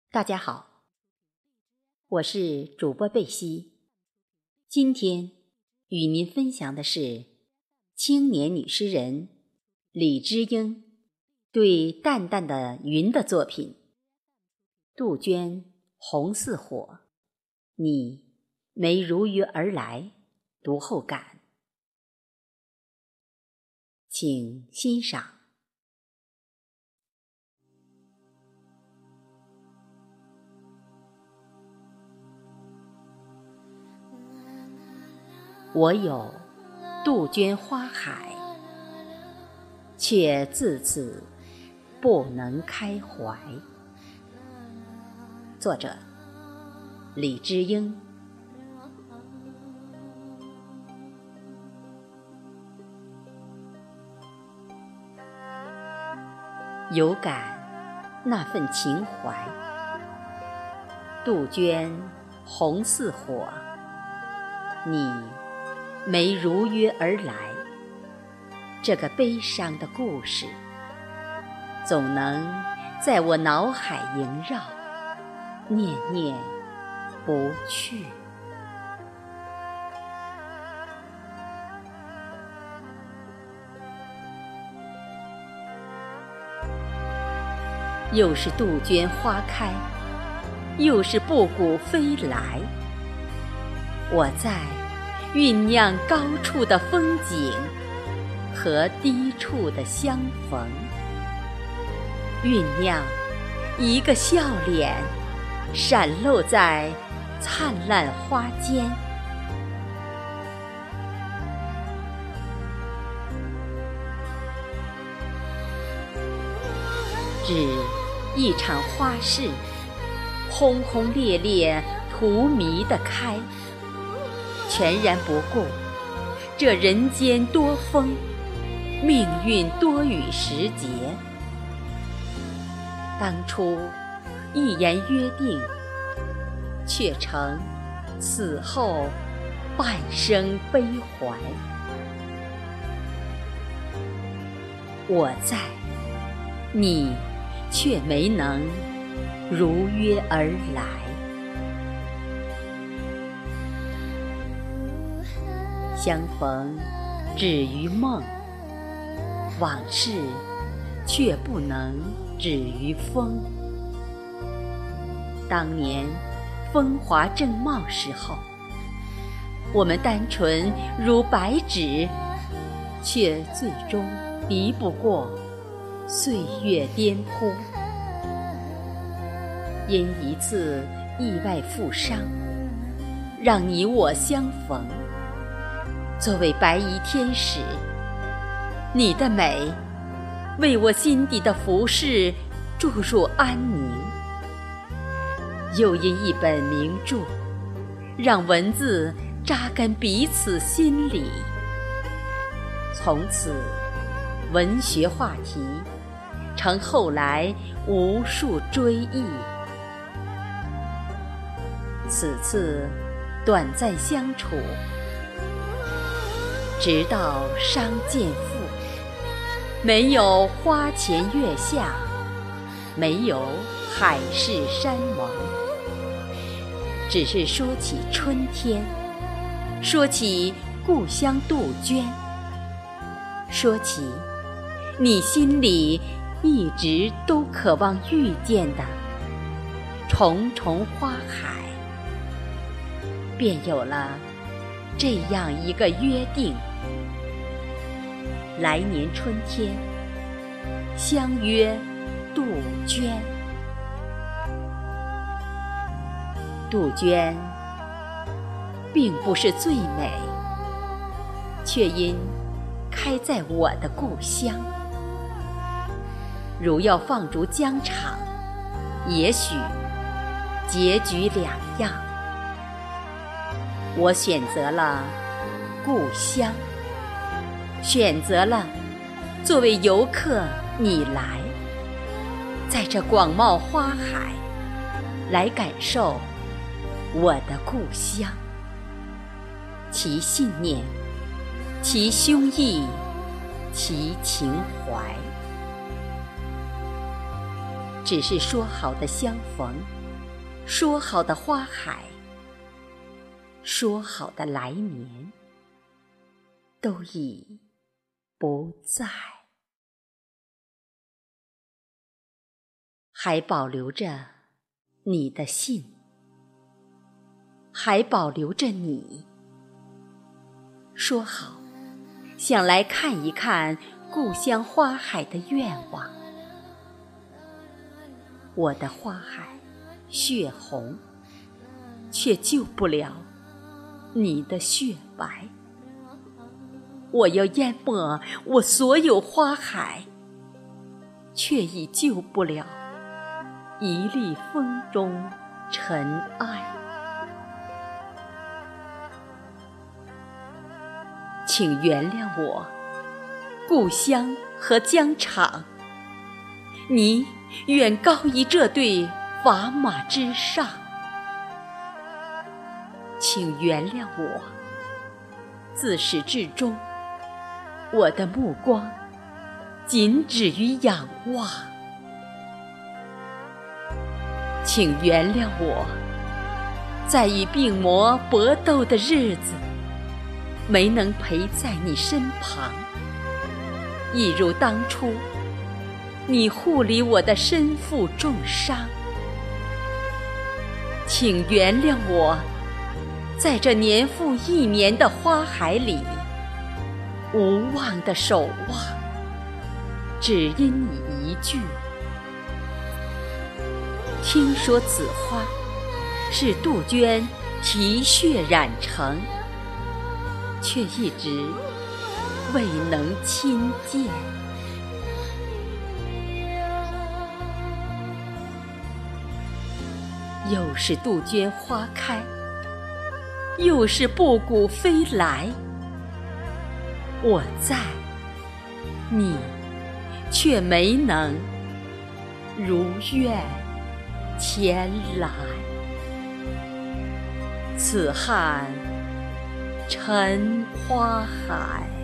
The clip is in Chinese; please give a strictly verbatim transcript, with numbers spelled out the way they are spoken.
大家好，我是主播贝西。今天与您分享的是青年女诗人李之英对淡淡的云的作品。杜鹃红似火，你没如约而来，读后感，请欣赏。我有杜鹃花海，却自此不能开怀。作者李之英。有感那份情怀，杜鹃红似火，你没如约而来，这个悲伤的故事总能在我脑海萦绕，念念不去。又是杜鹃花开，又是布谷飞来，我在酝酿高处的风景和低处的相逢，酝酿一个笑脸闪露在灿烂花间。只一场花事，轰轰烈烈荼蘼地开，全然不顾这人间多风，命运多雨时节。当初一言约定，却成此后半生悲怀。我在，你却没能如约而来。相逢只于梦，往事却不能止于风。当年风华正茂时候，我们单纯如白纸，却最终敌不过岁月颠扑。因一次意外负伤，让你我相逢。作为白衣天使，你的美为我心底的浮世注入安宁。又因一本名著，让文字扎根彼此心里。从此文学话题成后来无数追忆。此次短暂相处，直到伤渐复，没有花前月下，没有海誓山盟，只是说起春天，说起故乡杜鹃，说起你心里一直都渴望遇见的重重花海，便有了这样一个约定：来年春天相约杜鹃。杜鹃并不是最美，却因开在我的故乡。如要放逐疆场，也许结局两样。我选择了故乡，选择了作为游客你来，在这广袤花海来感受我的故乡，其信念，其胸臆，其情怀。只是说好的相逢， 说好的花海，说好的来年，都已不在，还保留着你的信，还保留着你。说好想来看一看故乡花海的愿望。我的花海血红，却救不了你的血白。我要淹没我所有花海，却已救不了一粒风中尘埃。请原谅我，故乡和疆场，你远高于这对砝码之上。请原谅我，自始至终，我的目光仅止于仰望。请原谅我，在与病魔搏斗的日子，没能陪在你身旁，一如当初你护理我的身负重伤。请原谅我，在这年复一年的花海里，无望的守望，只因你一句。听说此花是杜鹃啼血染成，却一直未能亲见。又是杜鹃花开，又是布谷飞来。我在，你却没能如愿前来。此汉尘花海。